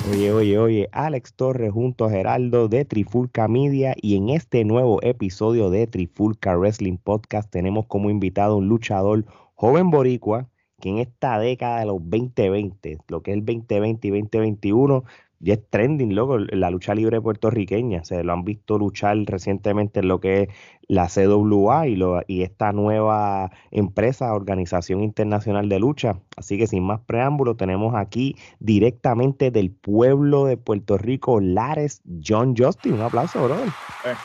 Oye, Alex Torres junto a Geraldo de Trifulca Media y en este nuevo episodio de Trifulca Wrestling Podcast tenemos como invitado un luchador joven boricua que en esta década de los 2020, lo que es el 2020 y 2021, ya es trending, loco, la lucha libre puertorriqueña. Se lo han visto luchar recientemente en lo que es la CWA y esta nueva empresa, Organización Internacional de Lucha. Así que sin más preámbulos, tenemos aquí directamente del pueblo de Puerto Rico, Lares, John Justin. Un aplauso, brother. Eh,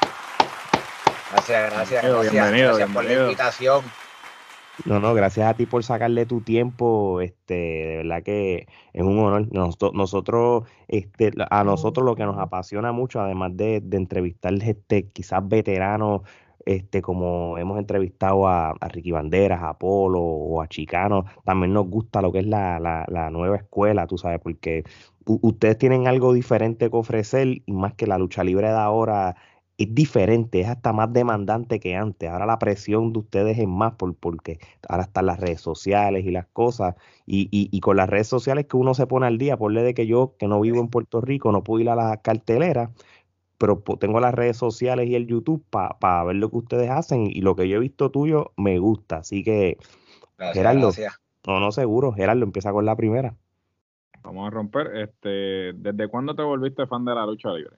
Gracias por la bienvenido. invitación. No, gracias a ti por sacarle tu tiempo, de verdad que es un honor. Nosotros, a nosotros lo que nos apasiona mucho, además de entrevistar, quizás veteranos, como hemos entrevistado a Ricky Banderas, a Apolo o a Chicano, también nos gusta lo que es la nueva escuela, tú sabes, porque ustedes tienen algo diferente que ofrecer y más que la lucha libre de ahora es diferente, es hasta más demandante que antes. Ahora la presión de ustedes es más porque ahora están las redes sociales y las cosas. Y con las redes sociales que uno se pone al día, ponle de que yo, que no vivo en Puerto Rico, no puedo ir a las carteleras, pero tengo las redes sociales y el YouTube para ver lo que ustedes hacen y lo que yo he visto tuyo me gusta. Así que, Gerardo, Gracias. no seguro, Gerardo, empieza con la primera. Vamos a romper. ¿Desde cuándo te volviste fan de la lucha libre?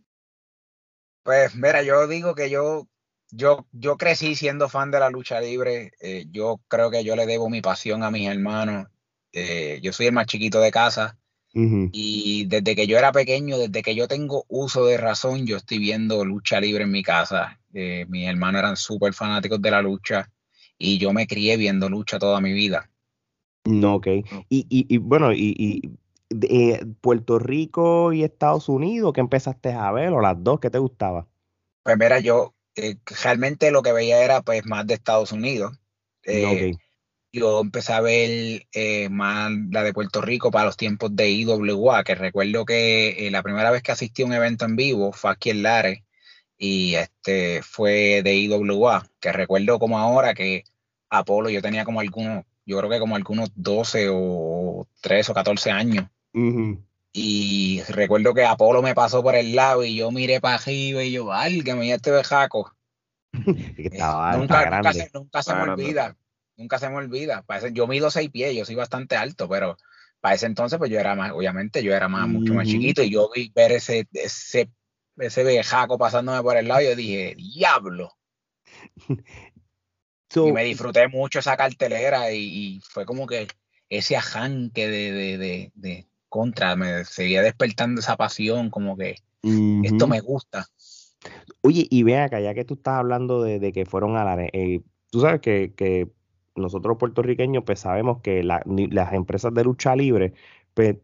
Pues mira, yo digo que yo crecí siendo fan de la lucha libre. Yo creo que yo le debo mi pasión a mis hermanos. Yo soy el más chiquito de casa Ujú. y desde que yo era pequeño, desde que yo tengo uso de razón, yo estoy viendo lucha libre en mi casa. Mis hermanos eran súper fanáticos de la lucha y yo me crié viendo lucha toda mi vida. No, ok. No. Y bueno, Puerto Rico y Estados Unidos, ¿qué empezaste a ver? ¿O las dos? ¿Qué te gustaba? Pues mira, yo realmente lo que veía era pues más de Estados Unidos. No, Eh, ok. yo empecé a ver más la de Puerto Rico para los tiempos de IWA, que recuerdo que la primera vez que asistí a un evento en vivo fue aquí en Lares y fue de IWA, que recuerdo como ahora que Apolo yo tenía como algunos, yo creo que como algunos 12 o 13 o 14 años. Ujú. Y recuerdo que Apolo me pasó por el lado y yo miré para arriba y yo, válgame, este bejaco. Es que está Nunca, grande. nunca se Está me grande. olvida, nunca se me olvida. Yo mido 6 pies, yo soy bastante alto, pero para ese entonces pues yo era más, obviamente yo era mucho más Ujú. chiquito y yo vi ver ese bejaco pasándome por el lado y yo dije, diablo. Y So, me disfruté mucho esa cartelera y fue como que ese arranque de contra, me seguía despertando esa pasión, como que esto ujú. me gusta. Oye, y ven acá, ya que tú estás hablando de que fueron a tú sabes que nosotros los puertorriqueños pues sabemos que las empresas de lucha libre pues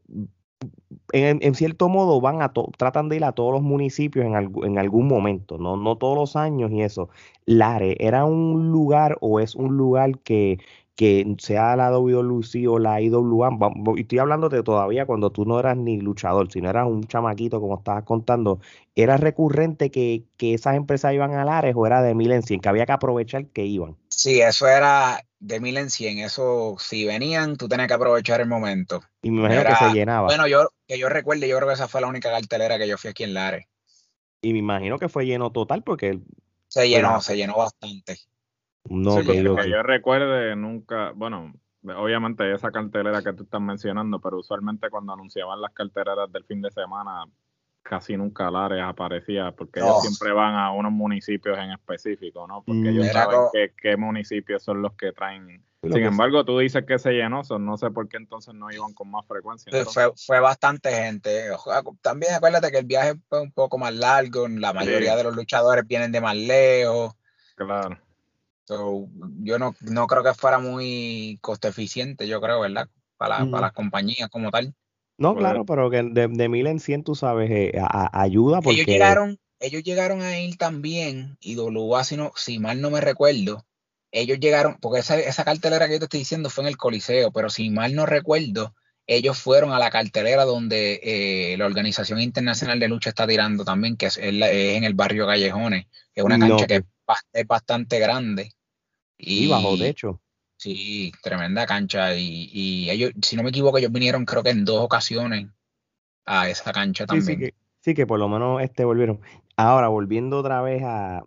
en cierto modo tratan de ir a todos los municipios en algún momento, no todos los años y eso. Lares, ¿era un lugar o es un lugar que sea la WWC o la IWA? Y estoy hablando de todavía cuando tú no eras ni luchador, sino eras un chamaquito, como estabas contando. ¿Era recurrente que esas empresas iban a Lares o era de mil en cien, que había que aprovechar que iban? Sí, eso era de 1.000 en 100. Eso, si venían, tú tenías que aprovechar el momento. Y me No imagino que se era, llenaba. bueno, que yo recuerde, yo creo que esa fue la única cartelera que yo fui aquí en Lares. Y me imagino que fue lleno total porque la... Se llenó bastante. No, Se ok, Porque llenó. ok. que yo recuerde, nunca, bueno, obviamente esa cartelera que tú estás mencionando, pero usualmente cuando anunciaban las carteleras del fin de semana, casi nunca Lares aparecía, porque ellos No, siempre van a unos municipios en específico, ¿no? Porque ellos Ujú. era saben como, qué municipios son los que traen. Lo Sin que embargo, tú dices que se llenó, no sé por qué entonces no iban con más frecuencia, entonces. fue bastante gente. También acuérdate que el viaje fue un poco más largo, la mayoría Sí, de los luchadores vienen de más lejos. claro. So, yo no creo que fuera muy coste eficiente, yo creo, ¿verdad? Para Ujú. las compañías como tal. No, Pues, claro, pero que de mil en cien, tú sabes, ayuda Ellos porque... llegaron, ellos llegaron a ir también, y WA, si mal no me recuerdo, ellos llegaron, porque esa cartelera que yo te estoy diciendo fue en el Coliseo, pero si mal no recuerdo, ellos fueron a la cartelera donde la Organización Internacional de Lucha está tirando también, que es en el barrio Callejones, que es una No, cancha ok. es bastante grande. Sí, bajo Y techo. sí, tremenda cancha. Y ellos, si no me equivoco, ellos vinieron creo que en 2 ocasiones. a esa cancha Sí, sí también. que por lo menos volvieron. Ahora, volviendo otra vez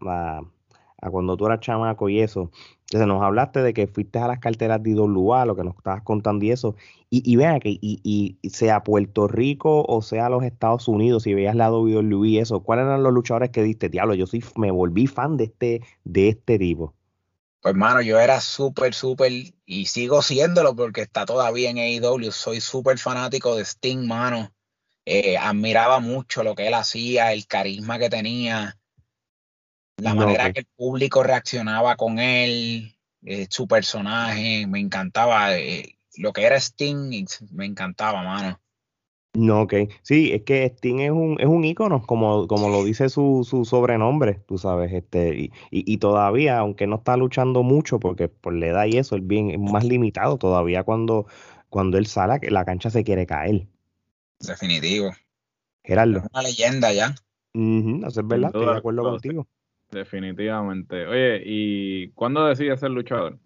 a cuando tú eras chamaco y eso, entonces nos hablaste de que fuiste a las carteras de IWA, lo que nos estabas contando y eso, y vean que, y sea Puerto Rico o sea los Estados Unidos, si veías la WWE y eso, ¿cuáles eran los luchadores que diste? Diablo, me volví fan de este tipo. Pues, mano, yo era súper, y sigo siéndolo porque está todavía en AEW. Soy súper fanático de Sting, mano. Admiraba mucho lo que él hacía, el carisma que tenía, la No, ok. manera que el público reaccionaba con él, su personaje, me encantaba. Lo que era Sting, me encantaba, mano. No, ok. Sí, es que Sting es un ícono, como lo dice su sobrenombre, tú sabes, y todavía, aunque no está luchando mucho, porque por la edad y eso, es más limitado todavía cuando él sale, que la cancha se quiere caer. Definitivo. Es Gerardo, una leyenda ya. ujú, eso es Sin verdad, estoy de duda, acuerdo contigo. definitivamente. Oye, ¿y cuándo decides ser luchador?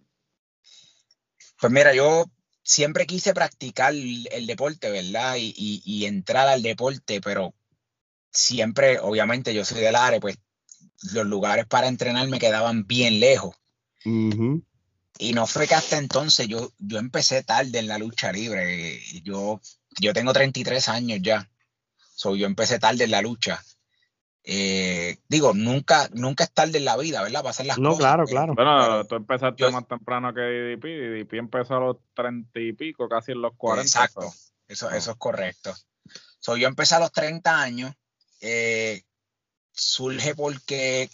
Pues mira, yo siempre quise practicar el deporte, ¿verdad? Y entrar al deporte, pero siempre, obviamente, yo soy del área, pues los lugares para entrenar me quedaban bien lejos. Ujú. Y no fue que hasta entonces yo empecé tarde en la lucha libre. Yo tengo 33 años ya. Yo empecé tarde en la lucha. Digo, nunca es tarde en la vida, ¿verdad? Para hacer las No, cosas, claro, claro. Bueno, pero tú empezaste yo, más temprano que DDP. DDP empezó a los 30 y pico, casi en los 40. exacto, eso es correcto. Yo empecé a los 30 años. eh, Surge porque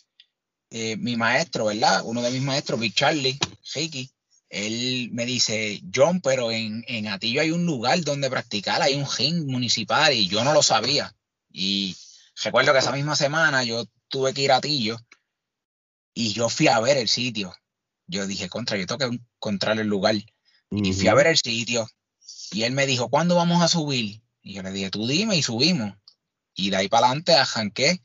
mi maestro, ¿verdad? Uno de mis maestros, Big Charlie, Ricky, él me dice, John, pero en Atillo hay un lugar donde practicar, hay un gym municipal y yo no lo sabía. Y recuerdo que esa misma semana yo tuve que ir a Atillo y yo fui a ver el sitio. Yo dije, yo tengo que encontrar el lugar. Y fui a Ujú. ver el sitio y él me dijo, ¿cuándo vamos a subir? Y yo le dije, tú dime y subimos. Y de ahí para adelante arranqué.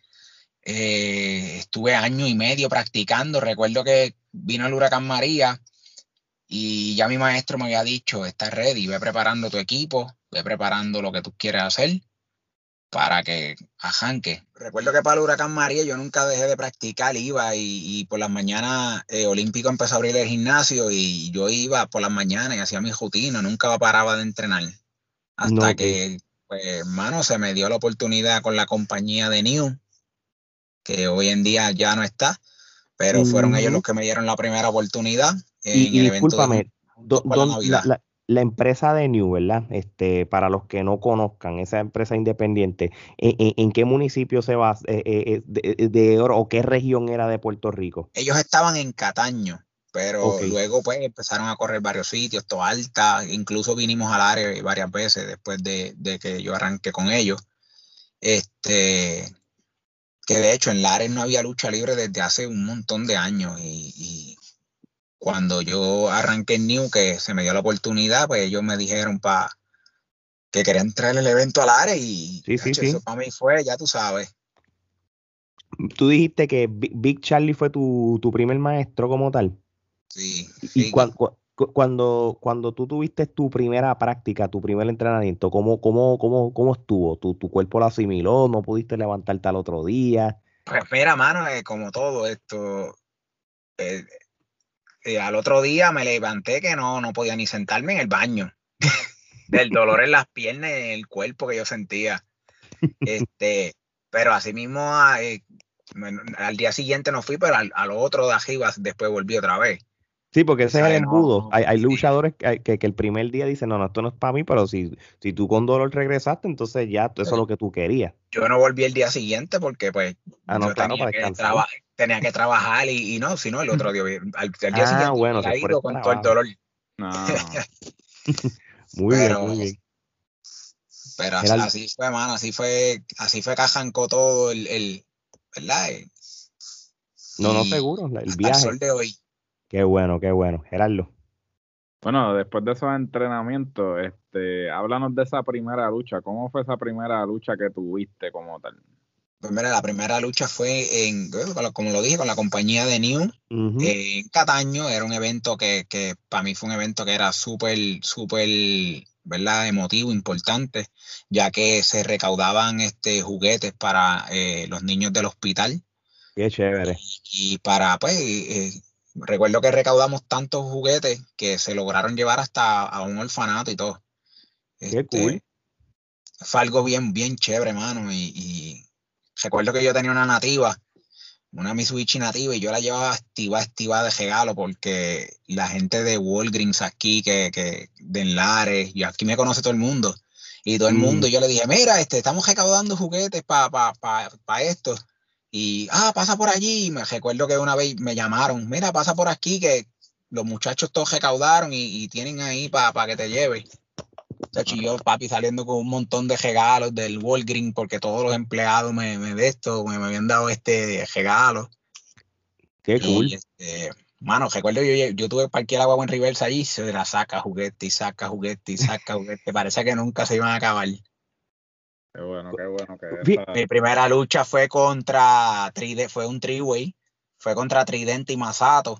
Estuve año y medio practicando. Recuerdo que vino el huracán María y ya mi maestro me había dicho, estás ready, ve preparando tu equipo, ve preparando lo que tú quieres hacer para que arranque. Recuerdo que para el huracán María yo nunca dejé de practicar, iba y por las mañanas Olímpico empezó a abrir el gimnasio y yo iba por las mañanas y hacía mi rutina, nunca paraba de entrenar. No, Hasta ok. que, pues, hermano, se me dio la oportunidad con la compañía de New, que hoy en día ya no está, pero fueron ellos los Ujú. que me dieron la primera oportunidad en Y el evento de discúlpame, Juntos por la Navidad. la empresa de New, ¿verdad? Para los que no conozcan, esa empresa independiente, ¿en qué municipio se va, o qué región era de Puerto Rico? Ellos estaban en Cataño, Ok. pero luego pues empezaron a correr varios sitios, Toalta, incluso vinimos al área varias veces después de que yo arranqué con ellos. Este, que de hecho en Lares no había lucha libre desde hace un montón de años y cuando yo arranqué en New, que se me dio la oportunidad, pues ellos me dijeron que querían traer el evento al área y Sí, sí, eso sí. para mí fue, ya tú sabes. Tú dijiste que Big Charlie fue tu primer maestro como tal. Sí, Y Ricky. cuando tú tuviste tu primera práctica, tu primer entrenamiento, ¿cómo estuvo? ¿Tu cuerpo lo asimiló? ¿No pudiste levantarte al otro día? Pues mira, mano, como todo esto, eh, al otro día me levanté que no podía ni sentarme en el baño, del dolor en las piernas y en el cuerpo que yo sentía. Este, pero así mismo al día siguiente no fui, pero al otro de arriba después volví otra vez. Sí, porque ese es el ¿Sabes? embudo. No, Hay sí. luchadores que el primer día dicen, no, no, esto no es para mí, pero si tú con dolor regresaste, entonces ya eso es lo que tú querías. Yo no volví el día siguiente porque pues Ah, no, yo claro, para descansar. tenía que trabajar y no, si no, el otro día, al día Ah, siguiente bueno, si hubiera es por el ido con todo el trabajo. dolor. No. Muy bien, Pero, muy bien. pero Gerald, así fue, mano, así fue que arrancó todo ¿verdad? no, no, Y seguro, el hasta el viaje. sol de hoy. Qué bueno, qué bueno. Gerardo. Bueno, después de esos entrenamientos, háblanos de esa primera lucha. ¿Cómo fue esa primera lucha que tuviste como tal? Pues mira, la primera lucha fue como lo dije, con la compañía de New, Ujú. en Cataño. Era un evento que para mí fue un evento que era súper ¿verdad? Emotivo, importante, ya que se recaudaban juguetes para los niños del hospital. Qué chévere. Y para, pues, recuerdo que recaudamos tantos juguetes que se lograron llevar hasta a un orfanato y todo. Qué cool. Fue algo bien, bien chévere, mano. Y recuerdo que yo tenía una nativa, una Mitsubishi nativa, y yo la llevaba estiva de regalo, porque la gente de Walgreens aquí, que de Enlares, y aquí me conoce todo el mundo. Y todo el mundo, yo le dije, mira, estamos recaudando juguetes para esto. Y, pasa por allí. Me recuerdo que una vez me llamaron, mira, pasa por aquí, que los muchachos todos recaudaron y tienen ahí para que te lleves. Y yo, papi, saliendo con un montón de regalos del Walgreens, porque todos los empleados me habían dado regalo. Qué cool. Mano, recuerdo yo tuve cualquier agua en reversa allí, se la saca juguete y saca juguete y saca juguete. Parece que nunca se iban a acabar. Qué bueno que Mi primera lucha fue contra fue un three-way, fue contra Tridente y Masato.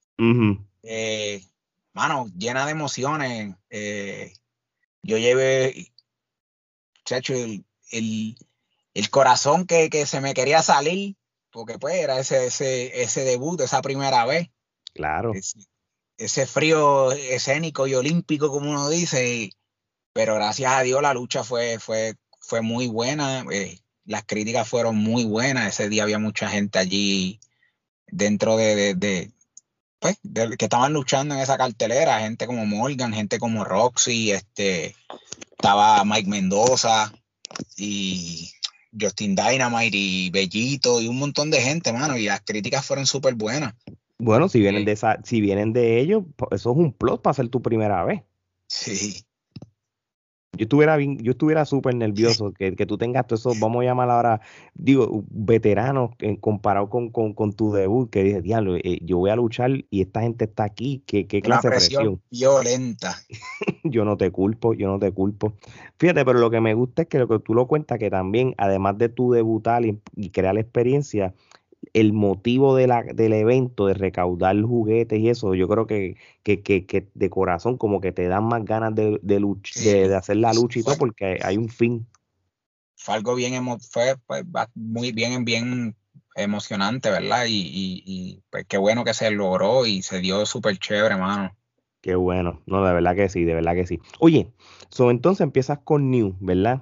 Mano, llena de emociones. Yo llevé, chacho, el corazón que se me quería salir, porque pues era ese debut, esa primera vez. Claro. Ese frío escénico y olímpico, como uno dice, pero gracias a Dios la lucha fue muy buena. Las críticas fueron muy buenas. Ese día había mucha gente allí dentro pues, que estaban luchando en esa cartelera, gente como Morgan, gente como Roxy, estaba Mike Mendoza y Justin Dynamite y Bellito y un montón de gente, mano, y las críticas fueron súper buenas. Bueno, si vienen de ellos, eso es un plus para ser tu primera vez. Sí. Yo estuviera súper nervioso que tú tengas todo eso, vamos a llamar ahora, digo, veteranos comparado con tu debut, que dije, diablo, yo voy a luchar y esta gente está aquí, ¿qué clase de presión? Violenta. Yo no te culpo. Fíjate, pero lo que me gusta es que lo que tú lo cuentas, que también, además de tu debutar y crear la experiencia, el motivo del evento, de recaudar juguetes y eso, yo creo que de corazón como que te dan más ganas de hacer la lucha y todo, porque hay un fin. Fue algo fue muy bien emocionante, ¿verdad? Y pues qué bueno que se logró y se dio súper chévere, mano. Qué bueno, no, de verdad que sí. Oye, entonces empiezas con New, ¿verdad?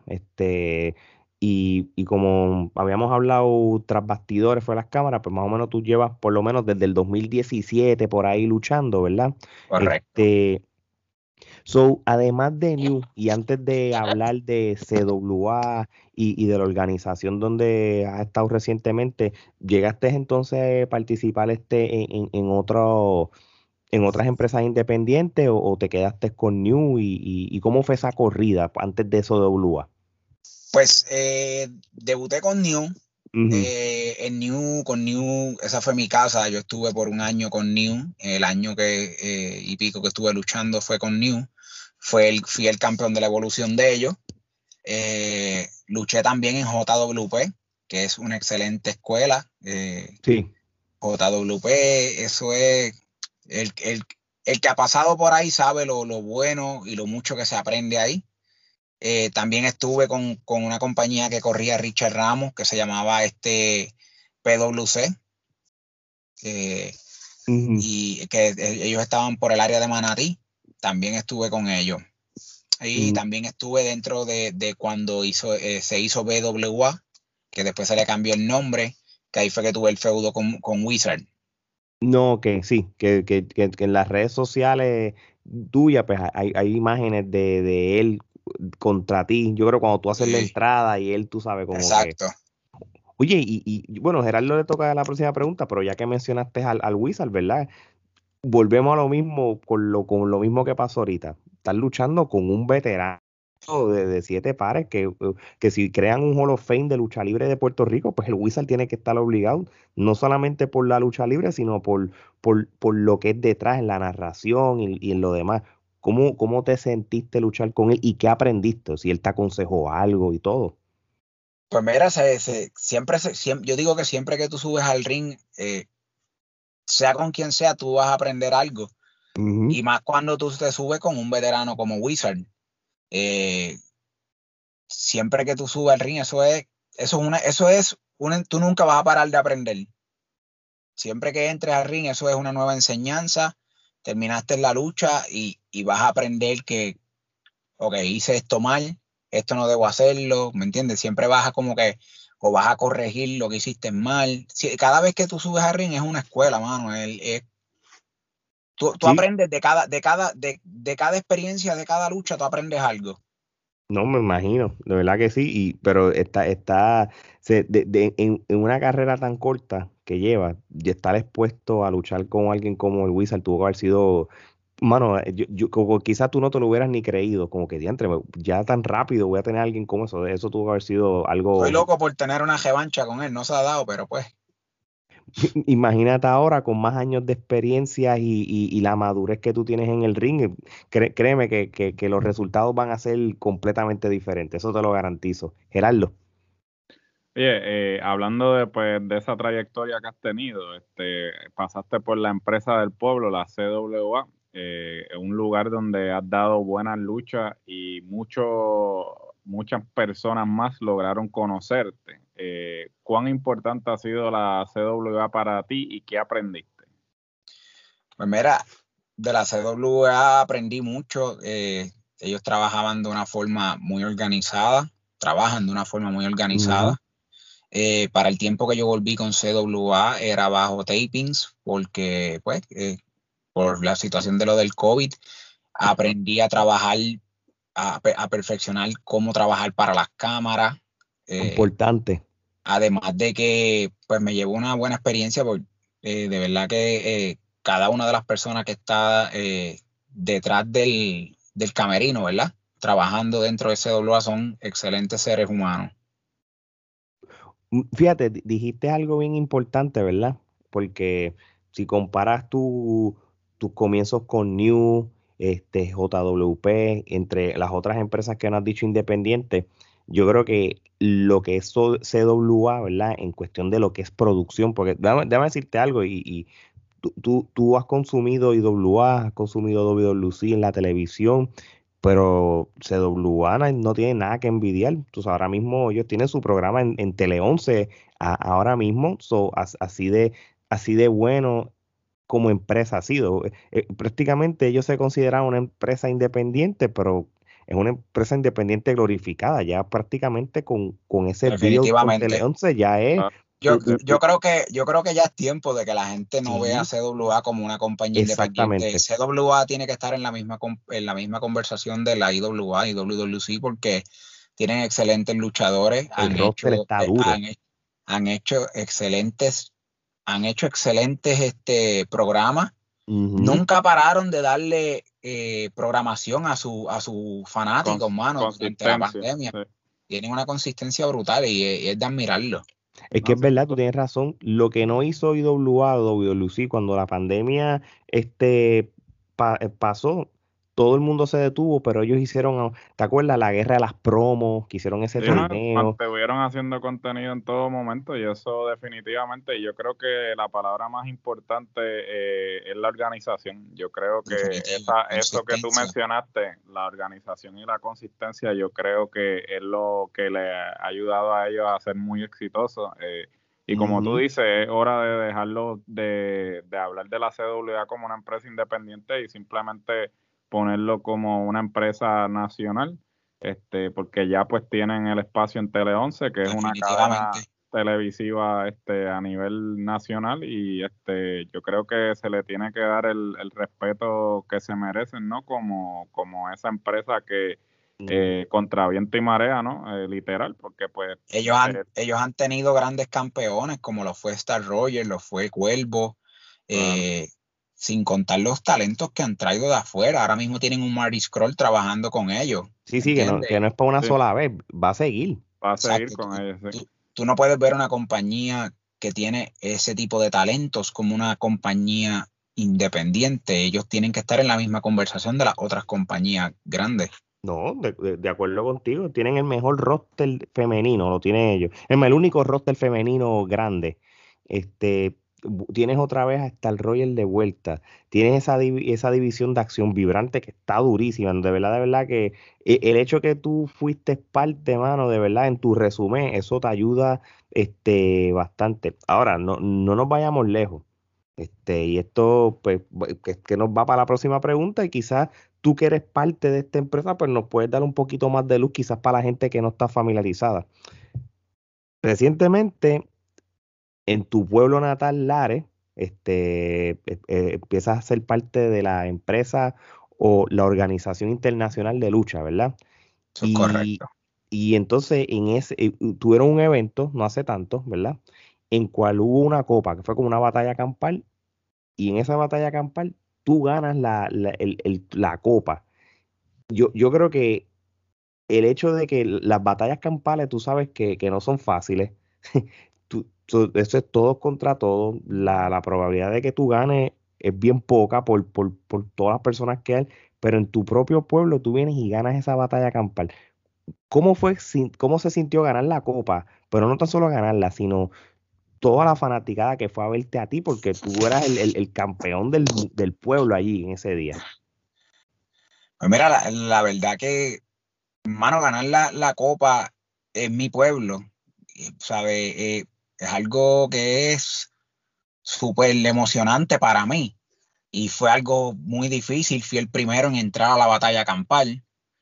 Y como habíamos hablado tras bastidores fue las cámaras, pues más o menos tú llevas por lo menos desde el 2017 por ahí luchando, ¿verdad? Correcto. Además de New, y antes de hablar de CWA y de la organización donde has estado recientemente, ¿llegaste entonces a participar en otras empresas independientes o te quedaste con New y cómo fue esa corrida antes de CWA? Pues debuté con New. Con New, esa fue mi casa. Yo estuve por un año con New. El año y pico que estuve luchando fue con New. Fui el campeón de la evolución de ellos. Luché también en JWP, que es una excelente escuela. Sí. JWP, eso es el que ha pasado por ahí sabe lo bueno y lo mucho que se aprende ahí. También estuve con una compañía que corría Richard Ramos, que se llamaba PWC, y que ellos estaban por el área de Manatí. También estuve con ellos. Y también estuve dentro de cuando se hizo BWA, que después se le cambió el nombre, que ahí fue que tuve el feudo con Wizard. No, que sí, que en las redes sociales tuyas, pues hay imágenes de él contra ti. Yo creo que cuando tú haces la entrada y él, tú sabes, como exacto. Oye, y bueno, Gerardo le toca la próxima pregunta, pero ya que mencionaste al Wizard, ¿verdad? Volvemos a lo mismo, con lo mismo que pasó ahorita. Estás luchando con un veterano de 7 pares que si crean un Hall of Fame de lucha libre de Puerto Rico, pues el Wizard tiene que estar obligado, no solamente por la lucha libre, sino por lo que es detrás en la narración y en lo demás. ¿Cómo te sentiste luchar con él y qué aprendiste? Si él te aconsejó algo y todo. Pues mira, siempre, yo digo que siempre que tú subes al ring, sea con quien sea, tú vas a aprender algo. Y más cuando tú te subes con un veterano como Wizard. Siempre que tú subes al ring, tú nunca vas a parar de aprender. Siempre que entres al ring, eso es una nueva enseñanza. Terminaste la lucha y vas a aprender que, ok, hice esto mal, esto no debo hacerlo, ¿me entiendes? Siempre vas a como que, o vas a corregir lo que hiciste mal. Cada vez que tú subes al ring es una escuela, mano. Tú Sí, aprendes de cada experiencia, de cada lucha, tú aprendes algo. no me imagino, de verdad que sí, pero en una carrera tan corta que lleva, y estar expuesto a luchar con alguien como el Wizard tuvo que haber sido, mano, como quizás tú no te lo hubieras ni creído, como que diantre, ya tan rápido voy a tener a alguien como eso tuvo que haber sido Estoy algo. loco por tener una revancha con él, no se ha dado, pero pues. Imagínate ahora con más años de experiencia y la madurez que tú tienes en el ring, créeme que los resultados van a ser completamente diferentes, eso te lo garantizo. Gerardo. Oye, hablando de, pues, de esa trayectoria que has tenido, pasaste por la empresa del pueblo, la CWA, un lugar donde has dado buenas luchas y muchas personas más lograron conocerte. ¿Cuán importante ha sido la CWA para ti y qué aprendiste? Pues mira, de la CWA aprendí mucho. Ellos trabajaban de una forma muy organizada, trabajan de una forma muy organizada. Para el tiempo que yo volví con CWA era bajo tapings, porque pues por la situación de lo del COVID, aprendí a trabajar, a perfeccionar cómo trabajar para las cámaras. Importante. Además de que pues me llevó una buena experiencia, porque de verdad que cada una de las personas que está detrás del camerino, ¿verdad? Trabajando dentro de CWA son excelentes seres humanos. Fíjate, dijiste algo bien importante, ¿verdad? Porque si comparas tus comienzos con New, JWP, entre las otras empresas que no has dicho independientes, yo creo que lo que es CWA, ¿verdad? En cuestión de lo que es producción, porque déjame decirte algo, y tú has consumido IWA, has consumido WWC en la televisión, pero CWA no tiene nada que envidiar. Entonces, ahora mismo ellos tienen su programa en Tele 11 ahora mismo, así de bueno como empresa ha sido. Prácticamente ellos se consideran una empresa independiente, pero es una empresa independiente glorificada. Ya prácticamente con ese deal con Tele Definitivamente. 11 ya es. Ah, Yo, yo creo que ya es tiempo de que la gente no vea a Sí, CWA como una compañía independiente. exactamente. CWA tiene que estar en la misma conversación de la IWA y WWC porque tienen excelentes luchadores, El roster está duro. han hecho excelentes programas. Ujú. Nunca pararon de darle programación a sus fanáticos, mano, durante la consistencia. pandemia. Sí. Tienen una consistencia brutal y es de admirarlo. Es que No, es sí, verdad, tú tienes razón. Lo que no hizo IWA o WLC cuando la pandemia pasó, todo el mundo se detuvo, pero ellos hicieron, ¿te acuerdas? La guerra de las promos, que hicieron ese sí, no, torneo. mantuvieron haciendo contenido en todo momento y eso definitivamente, yo creo que la palabra más importante es la organización. Yo creo que Definitivo, eso que tú consistencia. mencionaste, la organización y la consistencia, yo creo que es lo que le ha ayudado a ellos a ser muy exitosos. Y como tú Ujú. dices, es hora de dejarlo de hablar de la CWA como una empresa independiente y simplemente ponerlo como una empresa nacional, porque ya pues tienen el espacio en Tele 11, que es una cadena Definitivamente. televisiva a nivel nacional y yo creo que se le tiene que dar el respeto que se merecen, ¿no? Como esa empresa que Mm. contra viento y marea, ¿no? Literal, porque pues Ellos han tenido grandes campeones, como lo fue Star Roger, lo fue Cuervo, claro, eh, sin contar los talentos que han traído de afuera. Ahora mismo tienen un Marty Scroll trabajando con ellos, Sí, ¿me sí, que entiendes? no es para una sí, sola vez, va a seguir. va a seguir Exacto. con ellos, sí. Tú no puedes ver una compañía que tiene ese tipo de talentos como una compañía independiente. Ellos tienen que estar en la misma conversación de las otras compañías grandes. No, de acuerdo contigo, tienen el mejor roster femenino, lo tienen ellos. Es más, el único roster femenino grande. Este, tienes otra vez a Star Roger de vuelta, tienes esa división de acción vibrante que está durísima, de verdad que el hecho que tú fuiste parte, mano, de verdad, en tu resumen, eso te ayuda bastante. Ahora, no nos vayamos lejos. Y esto, pues, que nos va para la próxima pregunta y quizás tú que eres parte de esta empresa, pues nos puedes dar un poquito más de luz, quizás para la gente que no está familiarizada. Recientemente, en tu pueblo natal, Lares, empiezas a ser parte de la empresa o la Organización Internacional de Lucha, ¿verdad? Eso es Y, correcto. y entonces tuvieron un evento, no hace tanto, ¿verdad? En cual hubo una copa, que fue como una batalla campal, y en esa batalla campal tú ganas la copa. Yo creo que el hecho de que las batallas campales, tú sabes que no son fáciles. Eso es todo contra todo. La probabilidad de que tú ganes es bien poca por todas las personas que hay, pero en tu propio pueblo tú vienes y ganas esa batalla campal. ¿Cómo se sintió ganar la copa? Pero no tan solo ganarla, sino toda la fanaticada que fue a verte a ti, porque tú eras el campeón del pueblo allí en ese día. Pues mira, la verdad que, mano, ganar la copa en mi pueblo, ¿sabes? Es algo que es súper emocionante para mí. Y fue algo muy difícil. Fui el primero en entrar a la batalla campal.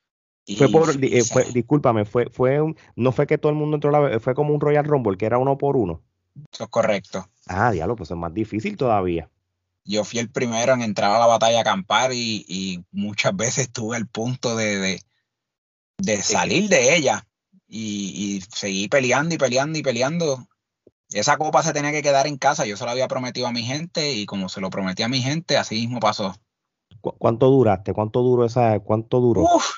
Discúlpame, no fue que todo el mundo entró fue como un Royal Rumble, que era uno por uno. Eso es correcto. Ah, diablo, pues es más difícil todavía. Yo fui el primero en entrar a la batalla campal y muchas veces tuve el punto de Es que, salir de ella y seguí peleando y peleando y peleando. Esa copa se tenía que quedar en casa. Yo se lo había prometido a mi gente y como se lo prometí a mi gente, así mismo pasó. ¿Cuánto duraste? ¿Cuánto duró? Uf,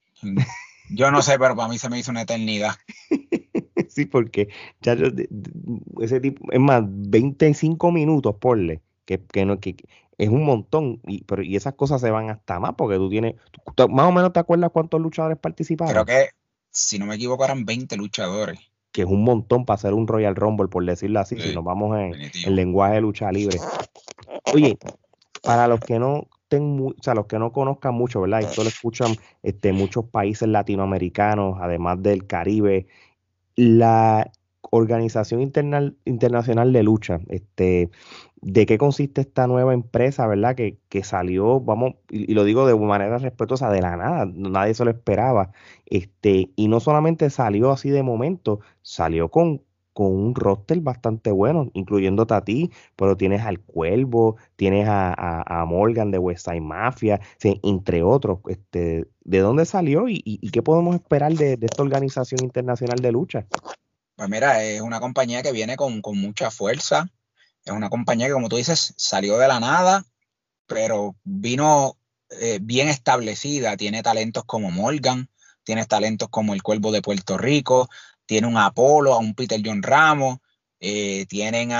yo no sé, pero para mí se me hizo una eternidad. Sí, porque ya ese tipo, es más, 25 minutos, ponle, que no, que es un montón, y esas cosas se van hasta más, porque más o menos te acuerdas cuántos luchadores Creo participaron, que, si no me equivoco, eran 20 luchadores. que es un montón para hacer un Royal Rumble, por decirlo así, si Sí, nos vamos en definitivo. lenguaje de lucha libre. Oye, para los que no o sea, los que no conozcan mucho, ¿verdad? Esto lo escuchan muchos países latinoamericanos, además del Caribe. La Organización Internacional de Lucha, ¿de qué consiste esta nueva empresa, verdad? Que salió, vamos, y lo digo de manera respetuosa, de la nada, nadie se lo esperaba. Y no solamente salió así de momento, salió con un roster bastante bueno, incluyéndote a ti, pero tienes al Cuervo, tienes a Morgan de West Side Mafia, sí, entre otros. ¿De dónde salió y qué podemos esperar de esta organización internacional de lucha? Pues mira, es una compañía que viene con mucha fuerza. Es una compañía que, como tú dices, salió de la nada, pero vino bien establecida. Tiene talentos como Morgan, tiene talentos como el Cuervo de Puerto Rico, tiene un Apolo, a un Peter John Ramos, tienen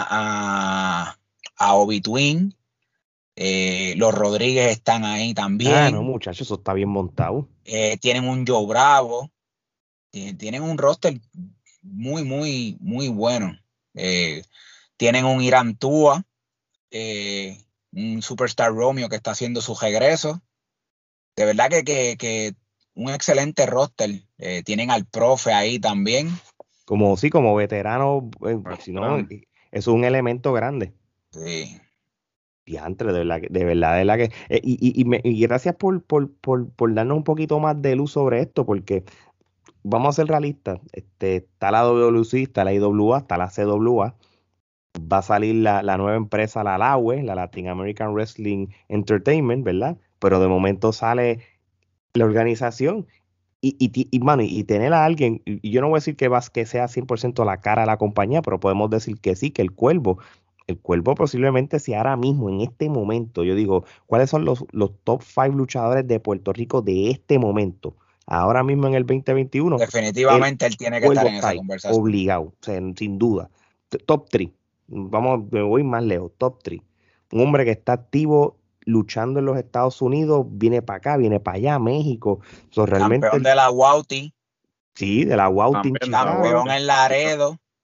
a Obi Twin, los Rodríguez están ahí Ah, no, también, muchachos, eso está bien montado. tienen un Joe Bravo, tienen un roster muy, muy, muy bueno. Eh, Tienen un Irán Tua, eh, un Superstar Romeo que está haciendo su regreso. De verdad que un excelente roster. Tienen al profe ahí también. Sí, como veterano, si no, Veterano. eso es un elemento grande. Sí. Diantre, de verdad que. Y gracias por darnos un poquito más de luz sobre esto, porque vamos a ser realistas. Está la WC, está la IWA, está la CWA. Va a salir la nueva empresa, la LAWE, la Latin American Wrestling Entertainment, ¿verdad? Pero de momento sale la organización mano, y tener a alguien, y yo no voy a decir que sea 100% la cara de la compañía, pero podemos decir que sí, que el Cuervo posiblemente si ahora mismo, en este momento, yo digo, ¿cuáles son los top 5 luchadores de Puerto Rico de este momento? Ahora mismo en el 2021, el Definitivamente él tiene que estar Cuervo en está esa ahí, conversación. obligado, o sea, sin duda. Top 3, me voy más lejos, top 3. Un hombre que está activo luchando en los Estados Unidos, viene para acá, viene para allá, México. Realmente, Campeón de la WAUTI, sí, de la Wow Team También de la Chicago. campeón Guate. en Laredo.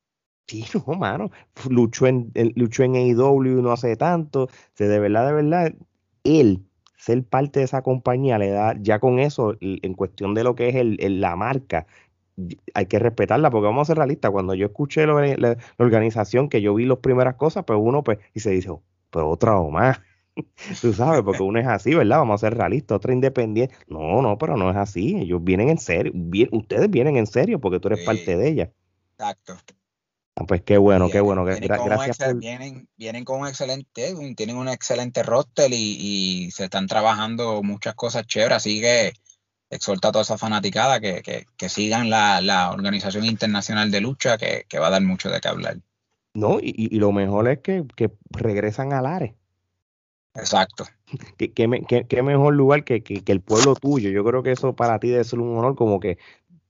Sí, no, mano. Luchó en AEW no hace tanto. De verdad, él, ser parte de esa compañía, le da, ya con eso, en cuestión de lo que es la marca, hay que respetarla, porque vamos a ser realistas. Cuando yo escuché la organización, que yo vi las primeras cosas, pues uno, pues, y se dice, "Oh, pero otra o más". Tú sabes, porque uno es así, ¿verdad? Vamos a ser realistas, otra independiente. No, no, pero no es así. Ellos vienen en serio. Ustedes vienen en serio porque tú eres parte de ella. Exacto. Ah, pues qué bueno, qué Vienen, bueno. vienen con Gracias por. vienen con un excelente, tienen un excelente roster y se están trabajando muchas cosas chéveres, así que exhorto a toda esa fanaticada que sigan la Organización Internacional de Lucha, que va a dar mucho de qué hablar. No, y lo mejor es que regresan a Lares. Exacto. Qué mejor lugar que el pueblo tuyo. Yo creo que eso para ti debe ser un honor, como que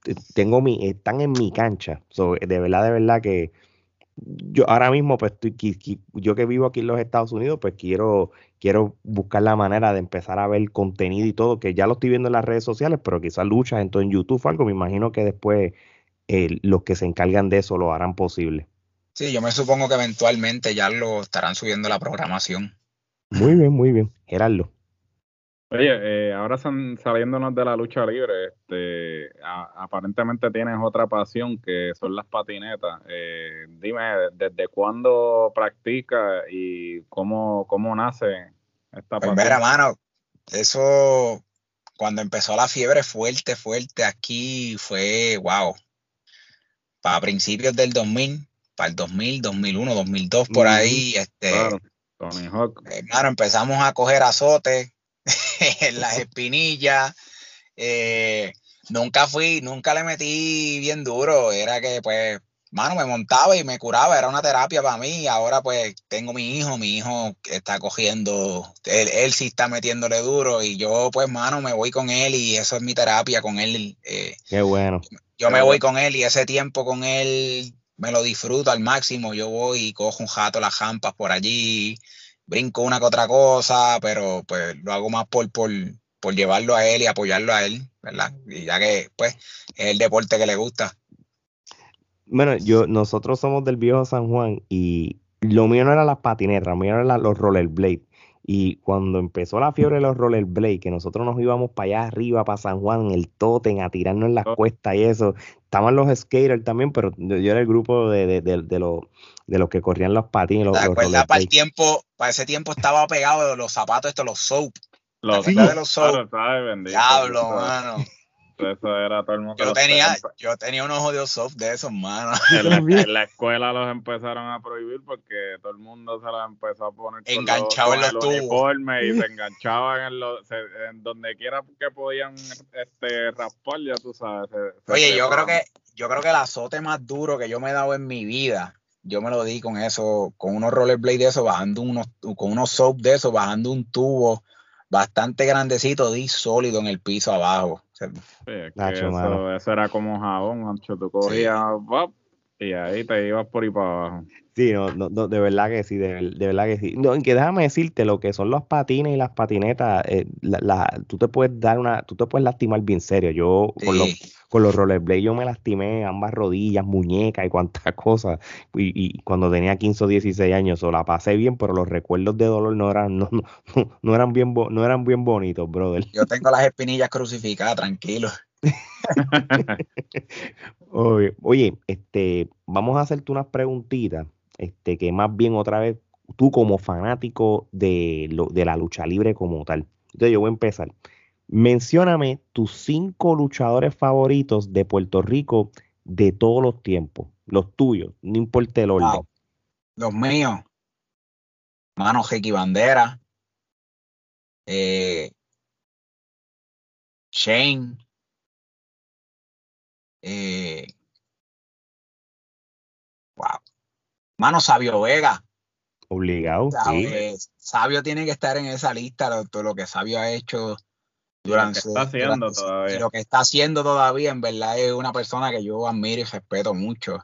están en mi cancha. So, de verdad que yo ahora mismo, pues yo que vivo aquí en los Estados Unidos, pues quiero buscar la manera de empezar a ver contenido y todo, que ya lo estoy viendo en las redes sociales, pero quizás luchas entonces en YouTube o algo. Me imagino que después los que se encargan de eso lo harán posible. Sí, yo me supongo que eventualmente ya lo estarán subiendo la programación. Muy bien, Gerardo. Oye, ahora saliéndonos de la lucha libre, aparentemente tienes otra pasión que son las patinetas. Dime, ¿desde cuándo practicas y cómo nace esta Pues mira, pasión? mano, eso cuando empezó la fiebre fuerte aquí fue, wow, para principios del 2000, para el 2000, 2001, 2002, por Ujú. ahí, Claro, Tony Hawk. hermano, empezamos a coger azotes en las espinillas. eh, nunca le metí bien duro. Era que, pues, mano, me montaba y me curaba. Era una terapia para mí. Ahora, pues, tengo mi hijo está cogiendo, él sí está metiéndole duro y yo, pues, mano, me voy con él y eso es mi terapia con él. Qué bueno. Yo me voy con él y ese tiempo con él me lo disfruto al máximo. Yo voy y cojo un jato las jampas por allí, brinco una que otra cosa, pero pues lo hago más por llevarlo a él y apoyarlo a él, ¿verdad? Y ya que pues es el deporte que le gusta. Bueno, nosotros somos del viejo San Juan y lo mío no era las patinetas, lo mío eran los rollerblades. Y cuando empezó la fiebre de los rollerblades, que nosotros nos íbamos para allá arriba, para San Juan, en el Totem, a tirarnos en las cuestas y eso, estaban los skaters también, pero yo era el grupo de los que corrían los patines, ¿Te los acuerdas? rollerblades. Para ese tiempo estaba pegado de los zapatos estos, los soap. ¿Te Los acuerdas de soft, los soap? claro, ¿sabes? Bendito. Diablo, mano. Eso era todo el mundo. Yo tenía unos odios soft de esos, mano. Yo también. En la escuela los empezaron a prohibir porque todo el mundo se los empezó a poner Enganchado en con los el tubos. uniforme y se enganchaban en donde quiera que podían raspar, ya tú sabes. Oye, yo creo que el azote más duro que yo me he dado en mi vida, yo me lo di con eso, con unos rollerblades de eso, con unos soap de eso, bajando un tubo bastante grandecito, di sólido en el piso abajo. O sea, Sí, es que Nacho, mano. eso era como jabón, ancho, tú sí. cogías, ¡pap! Y ahí te ibas por ahí para abajo. Sí, no, de verdad que sí, de verdad que sí. No, y que déjame decirte lo que son los patines y las patinetas, tú te puedes lastimar bien serio. Yo Sí. con los rollerblades yo me lastimé ambas rodillas, muñecas y cuantas cosas. Y cuando tenía 15 o 16 años, la pasé bien, pero los recuerdos de dolor no eran no eran bien bonitos, brother. Yo tengo las espinillas crucificadas, tranquilo. Oye, vamos a hacerte unas preguntitas, que más bien otra vez, tú como fanático de la lucha libre como tal. Entonces yo voy a empezar. Mencióname tus 5 luchadores favoritos de Puerto Rico de todos los tiempos, los tuyos, no importa el orden. Wow. Los míos, mano, Ricky Bandera, eh, Shane, eh, wow. Mano, Sabio Vega. Obligado, sí. Sabio tiene que estar en esa lista, todo lo que Sabio ha hecho Y lo que está haciendo y todavía. lo que está haciendo todavía, en verdad es una persona que yo admiro y respeto mucho.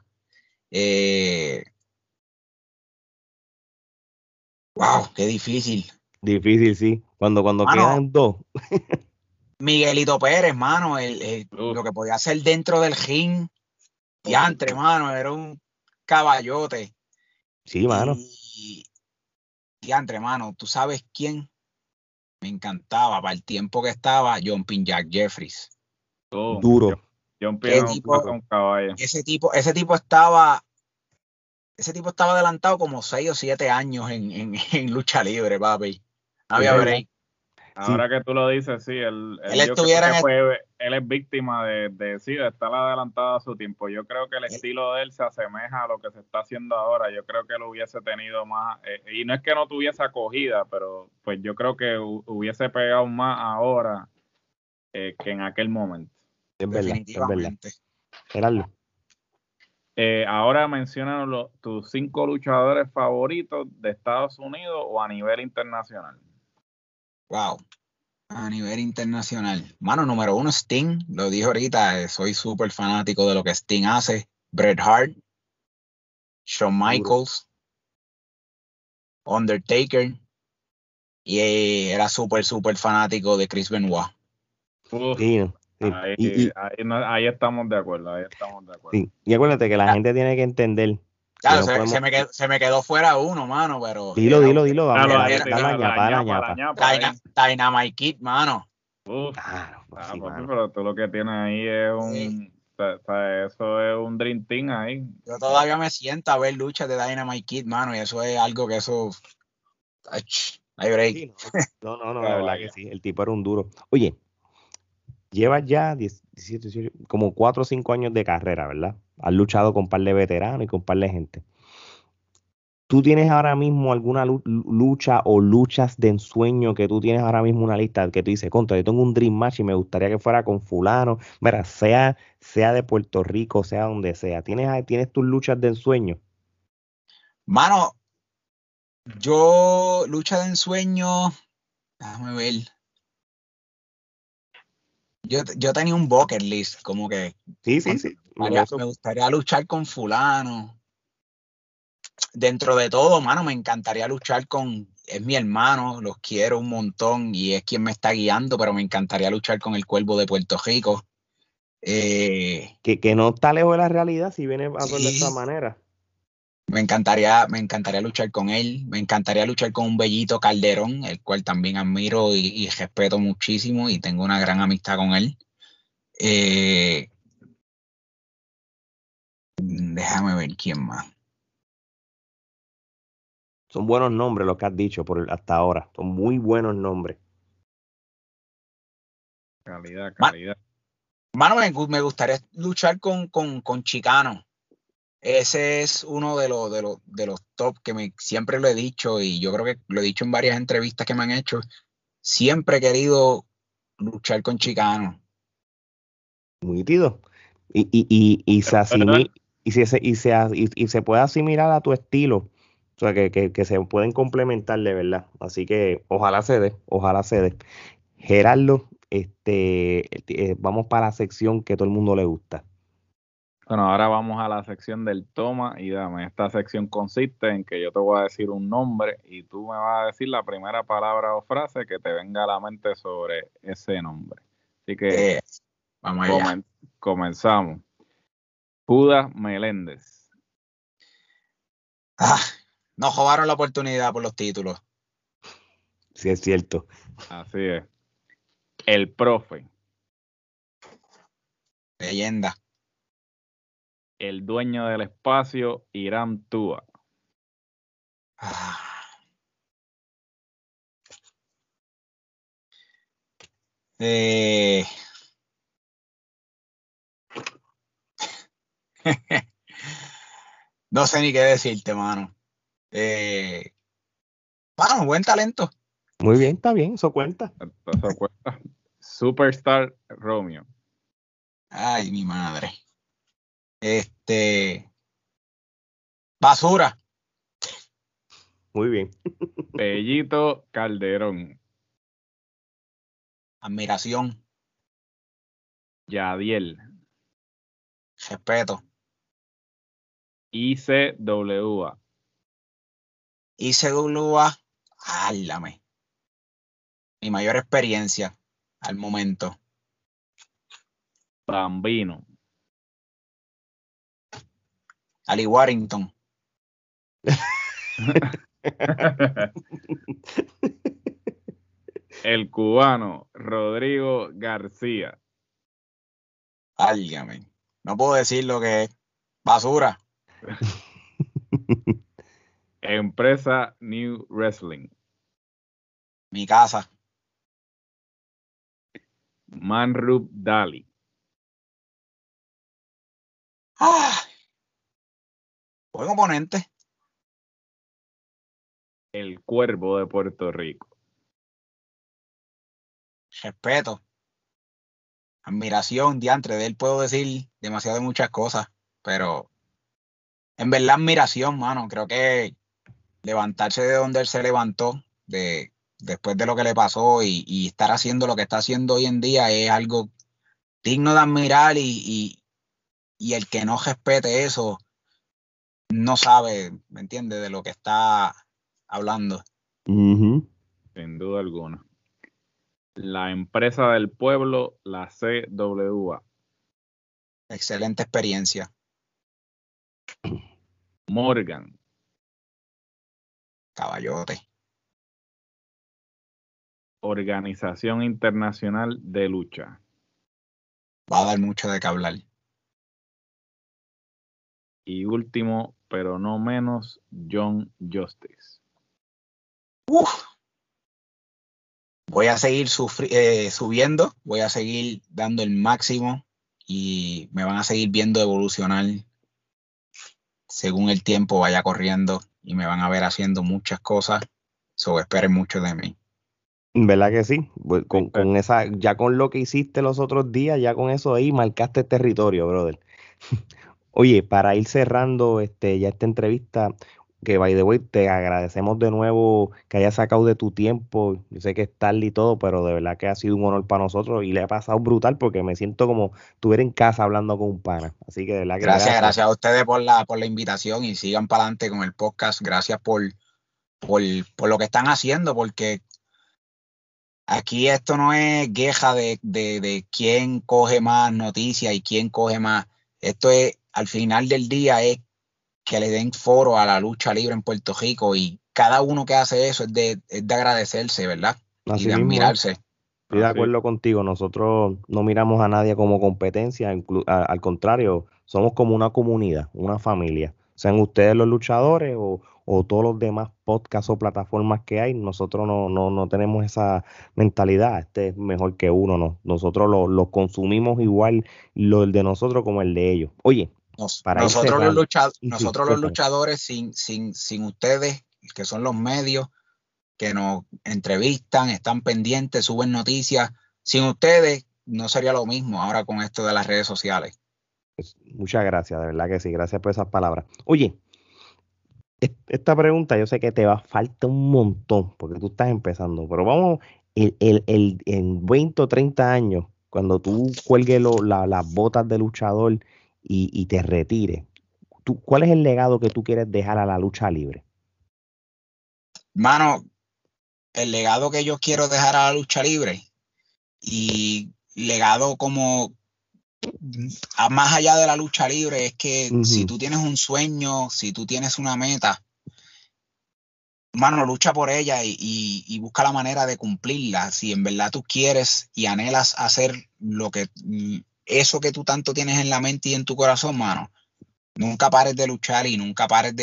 Wow, qué difícil. Difícil, sí. Cuando Mano, quedan dos. Miguelito Pérez, mano, Uf, lo que podía hacer dentro del ring, diantre, mano, era un caballote. Sí, mano. Y entre mano, ¿tú sabes quién? Me encantaba para el tiempo que estaba Jumping Jack Jeffries. Duro. John Pino un caballo. Ese tipo estaba adelantado como 6 o 7 años en lucha libre, papi. No había break. Ahora que tú lo dices, sí, él es víctima de estar adelantado a su tiempo. Yo creo que el estilo de él se asemeja a lo que se está haciendo ahora. Yo creo que él hubiese tenido más, y no es que no tuviese acogida, pero pues yo creo que hubiese pegado más ahora que en aquel momento. Es definitivamente. Gerardo. Ahora menciónanos tus 5 luchadores favoritos de Estados Unidos o a nivel internacional. Wow. A nivel internacional. Mano, número 1, Sting. Lo dije ahorita, soy súper fanático de lo que Sting hace. Bret Hart. Shawn Michaels. Undertaker. Y era súper fanático de Chris Benoit. Sí. Ahí estamos de acuerdo, Sí. Y acuérdate que la gente tiene que entender. Claro, se me quedó fuera uno, mano, pero... Dilo. Dynamite Kid, mano. Pero tú lo que tienes ahí es eso es un Dream Team ahí. Yo todavía me siento a ver luchas de Dynamite Kid, mano, y eso es algo que eso... hay break. Sí, no, la verdad que sí, el tipo era un duro. Oye, llevas ya 17, 18, como 4 o 5 años de carrera, ¿verdad? Has luchado con un par de veteranos y con un par de gente. ¿Tú tienes ahora mismo alguna lucha o luchas de ensueño que tú tienes ahora mismo una lista que tú dices, contra, yo tengo un dream match y me gustaría que fuera con fulano, mira, sea de Puerto Rico, sea donde sea? ¿Tienes tus luchas de ensueño? Mano, yo lucha de ensueño, déjame ver. Yo tenía un bucket list, como que Sí. me gustaría luchar con fulano. Dentro de todo, mano, me encantaría luchar es mi hermano, los quiero un montón y es quien me está guiando, pero me encantaría luchar con el Cuervo de Puerto Rico. Que no está lejos de la realidad si viene a ver de esta manera. Me encantaría luchar con él, me encantaría luchar con un Bellito Calderón, el cual también admiro y respeto muchísimo y tengo una gran amistad con él. Déjame ver quién más. Son buenos nombres los que has dicho hasta ahora. Son muy buenos nombres. Calidad. Mano, me gustaría luchar con Chicano. Ese es uno de los top que siempre lo he dicho y yo creo que lo he dicho en varias entrevistas que me han hecho. Siempre he querido luchar con Chicano. Muy nítido. Y se puede asimilar a tu estilo. O sea, que se pueden complementar de verdad. Así que ojalá se dé. Gerardo, vamos para la sección que todo el mundo le gusta. Bueno, ahora vamos a la sección del toma y dame. Esta sección consiste en que yo te voy a decir un nombre y tú me vas a decir la primera palabra o frase que te venga a la mente sobre ese nombre. Así que vamos allá. Comenzamos. Judas Meléndez. Nos robaron la oportunidad por los títulos. Sí, es cierto. Así es. El Profe. Leyenda. El Dueño del Espacio, Irán Tua. No sé ni qué decirte, mano. Mano, buen talento. Muy bien, está bien, eso cuenta. Superstar Romeo. Ay, mi madre. Basura. Muy bien. Bellito Calderón. Admiración. Yadiel. Respeto. ICWA. ICWA. Háblame. Mi mayor experiencia al momento. Bambino. Ali Warrington. El cubano Rodrigo García. Álgame. No puedo decir lo que es. Basura. Empresa New Wrestling. Mi casa. Manrup Dali. Buen oponente. El Cuervo de Puerto Rico. Respeto. Admiración, diantre. De él puedo decir demasiado de muchas cosas, pero en verdad admiración, mano. Creo que levantarse de donde él se levantó, después de lo que le pasó y estar haciendo lo que está haciendo hoy en día es algo digno de admirar y el que no respete eso no sabe, ¿me entiendes?, de lo que está hablando. Sin duda alguna. La empresa del pueblo, la CWA. Excelente experiencia. Morgan. Caballote. Organización Internacional de Lucha. Va a dar mucho de qué hablar. Y último, pero no menos, John Justice. Voy a seguir subiendo, voy a seguir dando el máximo y me van a seguir viendo evolucionar según el tiempo vaya corriendo y me van a ver haciendo muchas cosas. Esperen mucho de mí. ¿Verdad que sí? Con esa, ya con lo que hiciste los otros días, ya con eso ahí marcaste territorio, brother. Oye, para ir cerrando ya esta entrevista, que by the way, te agradecemos de nuevo que hayas sacado de tu tiempo. Yo sé que es tarde y todo, pero de verdad que ha sido un honor para nosotros y le ha pasado brutal porque me siento como estuviera en casa hablando con un pana. Así que de verdad que Gracias a ustedes por la invitación y sigan para adelante con el podcast. Gracias por lo que están haciendo, porque aquí esto no es queja de quién coge más noticias y quién coge más. Esto es, al final del día, es que le den foro a la lucha libre en Puerto Rico y cada uno que hace eso es de agradecerse, ¿verdad? Y así de mismo es. admirarse. Estoy de acuerdo contigo, nosotros no miramos a nadie como competencia, al contrario, somos como una comunidad, una familia. Sean ustedes los luchadores o todos los demás podcasts o plataformas que hay, nosotros no tenemos esa mentalidad, este es mejor que uno, no. Nosotros lo consumimos igual, el de nosotros como el de ellos. Oye, para ir Nosotros cerrando, sí, los cuéntame. luchadores sin ustedes, que son los medios, que nos entrevistan, están pendientes, suben noticias. Sin ustedes no sería lo mismo ahora con esto de las redes sociales. Pues, muchas gracias, de verdad que sí, gracias por esas palabras. Oye, esta pregunta yo sé que te va a falta un montón porque tú estás empezando, pero vamos, en 20 o 30 años, cuando tú cuelgues las botas de luchador y te retires, ¿cuál es el legado que tú quieres dejar a la lucha libre? Mano, el legado que yo quiero dejar a la lucha libre y legado como más allá de la lucha libre es que si Ujú. tú tienes un sueño, si tú tienes una meta, mano, lucha por ella y busca la manera de cumplirla. Si en verdad tú quieres y anhelas hacer eso que tú tanto tienes en la mente y en tu corazón, mano, nunca pares de luchar y nunca pares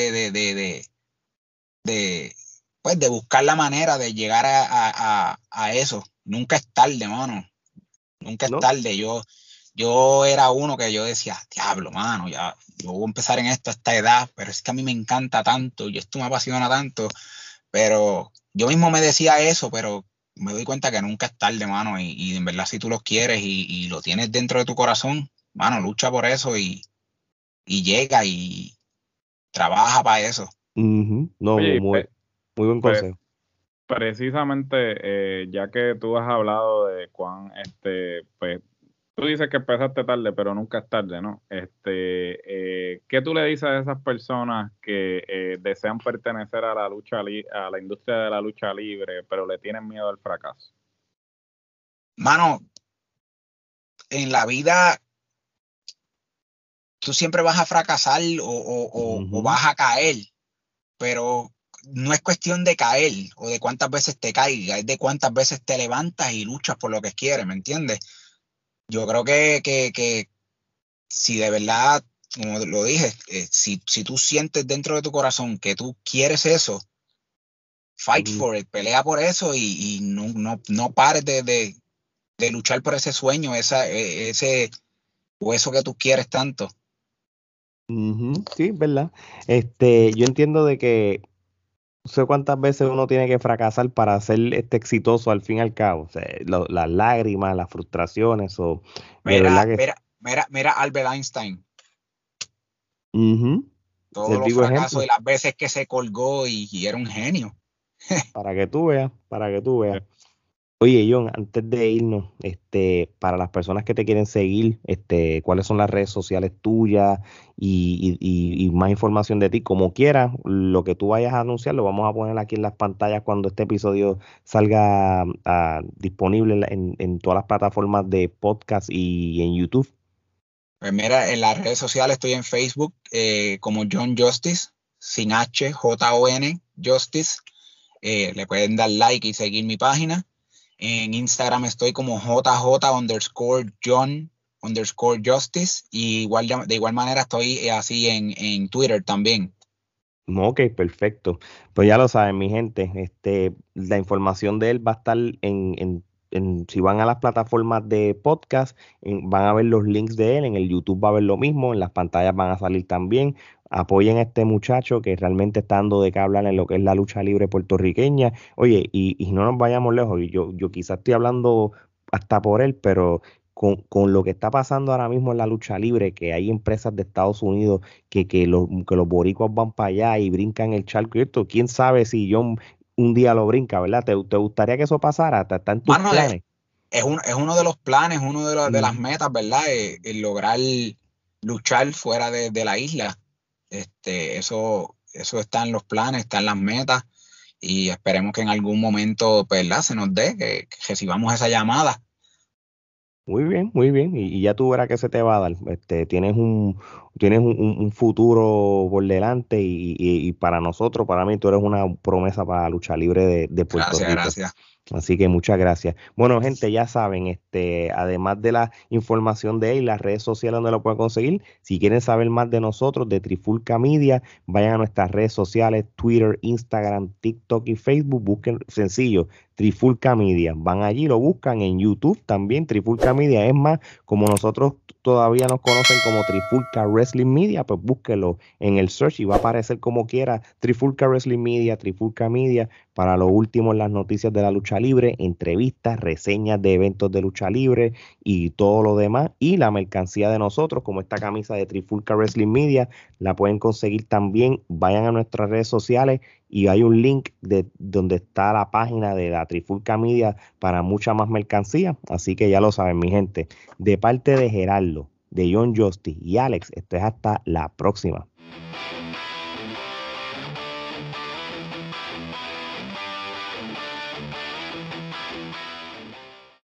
de buscar la manera de llegar a eso. Nunca es tarde, mano. Nunca es ¿No? tarde. Yo era uno que yo decía, diablo, mano, ya, yo voy a empezar en esto a esta edad, pero es que a mí me encanta tanto y esto me apasiona tanto. Pero yo mismo me decía eso, pero me doy cuenta que nunca es tarde, mano. Y en verdad, si tú lo quieres y lo tienes dentro de tu corazón, mano, lucha por eso y llega y trabaja para eso. Ujú. No, Oye, muy buen pues, consejo. precisamente, ya que tú has hablado de cuán, pues, tú dices que empezaste tarde, pero nunca es tarde, ¿no? ¿Qué tú le dices a esas personas que desean pertenecer a la a la industria de la lucha libre, pero le tienen miedo al fracaso? Mano, en la vida tú siempre vas a fracasar o vas a caer, pero no es cuestión de caer o de cuántas veces te caigas, es de cuántas veces te levantas y luchas por lo que quieres, ¿me entiendes? Yo creo que si de verdad, como lo dije, si tú sientes dentro de tu corazón que tú quieres eso, fight for it, pelea por eso y no pares de luchar por ese sueño, ese o eso que tú quieres tanto. Sí, ¿verdad? Yo entiendo de que no sé cuántas veces uno tiene que fracasar para ser exitoso al fin y al cabo. O sea, las lágrimas, las frustraciones, o de verdad que Mira Albert Einstein, todos el los vivo fracasos ejemplo. y las veces que se colgó y era un genio. Para que tú veas, para que tú veas. Oye, John, antes de irnos, para las personas que te quieren seguir, ¿cuáles son las redes sociales tuyas y más información de ti? Como quieras, lo que tú vayas a anunciar, lo vamos a poner aquí en las pantallas cuando este episodio salga disponible en todas las plataformas de podcast y en YouTube. Pues mira, en las redes sociales estoy en Facebook como John Justice, sin H, Jon Justice. Le pueden dar like y seguir mi página. En Instagram estoy como JJ_John_Justice. Y de igual manera estoy así en Twitter también. Ok, perfecto. Pues ya lo saben, mi gente. La información de él va a estar si van a las plataformas de podcast, van a ver los links de él. En el YouTube va a ver lo mismo, en las pantallas van a salir también. Apoyen a este muchacho que realmente está dando de qué hablar en lo que es la lucha libre puertorriqueña. Oye, y no nos vayamos lejos. Yo quizás estoy hablando hasta por él, pero con lo que está pasando ahora mismo en la lucha libre, que hay empresas de Estados Unidos que los boricuas van para allá y brincan el charco y esto, quién sabe si John un día lo brinca, ¿verdad? ¿Te gustaría que eso pasara? ¿Está en tus Mano, planes? es uno de los planes, uno de las Ujú. metas, ¿verdad? El lograr luchar fuera de la isla. Eso está en los planes, está en las metas y esperemos que en algún momento, ¿verdad? Se nos dé, que recibamos esa llamada. Muy bien, muy bien. Y ya tú verás que se te va a dar. Tienes un futuro por delante y para nosotros, para mí, tú eres una promesa para la lucha libre de Puerto Gracias, Rico. gracias. Así que muchas gracias. Bueno, gente, ya saben, además de la información de él, las redes sociales donde lo pueden conseguir, si quieren saber más de nosotros, de Trifulca Media, vayan a nuestras redes sociales, Twitter, Instagram, TikTok y Facebook, busquen sencillo, Trifulca Media. Van allí, lo buscan en YouTube también, Trifulca Media. Es más, como nosotros todavía nos conocen como Trifulca Wrestling Media, pues búsquelo en el search y va a aparecer como quiera, Trifulca Wrestling Media, Trifulca Media. Para lo último en las noticias de la lucha libre, entrevistas, reseñas de eventos de lucha libre y todo lo demás. Y la mercancía de nosotros, como esta camisa de Trifulca Wrestling Media, la pueden conseguir también. Vayan a nuestras redes sociales y hay un link de donde está la página de la Trifulca Media para mucha más mercancía. Así que ya lo saben, mi gente. De parte de Gerardo, de John Justice y Alex, esto es hasta la próxima.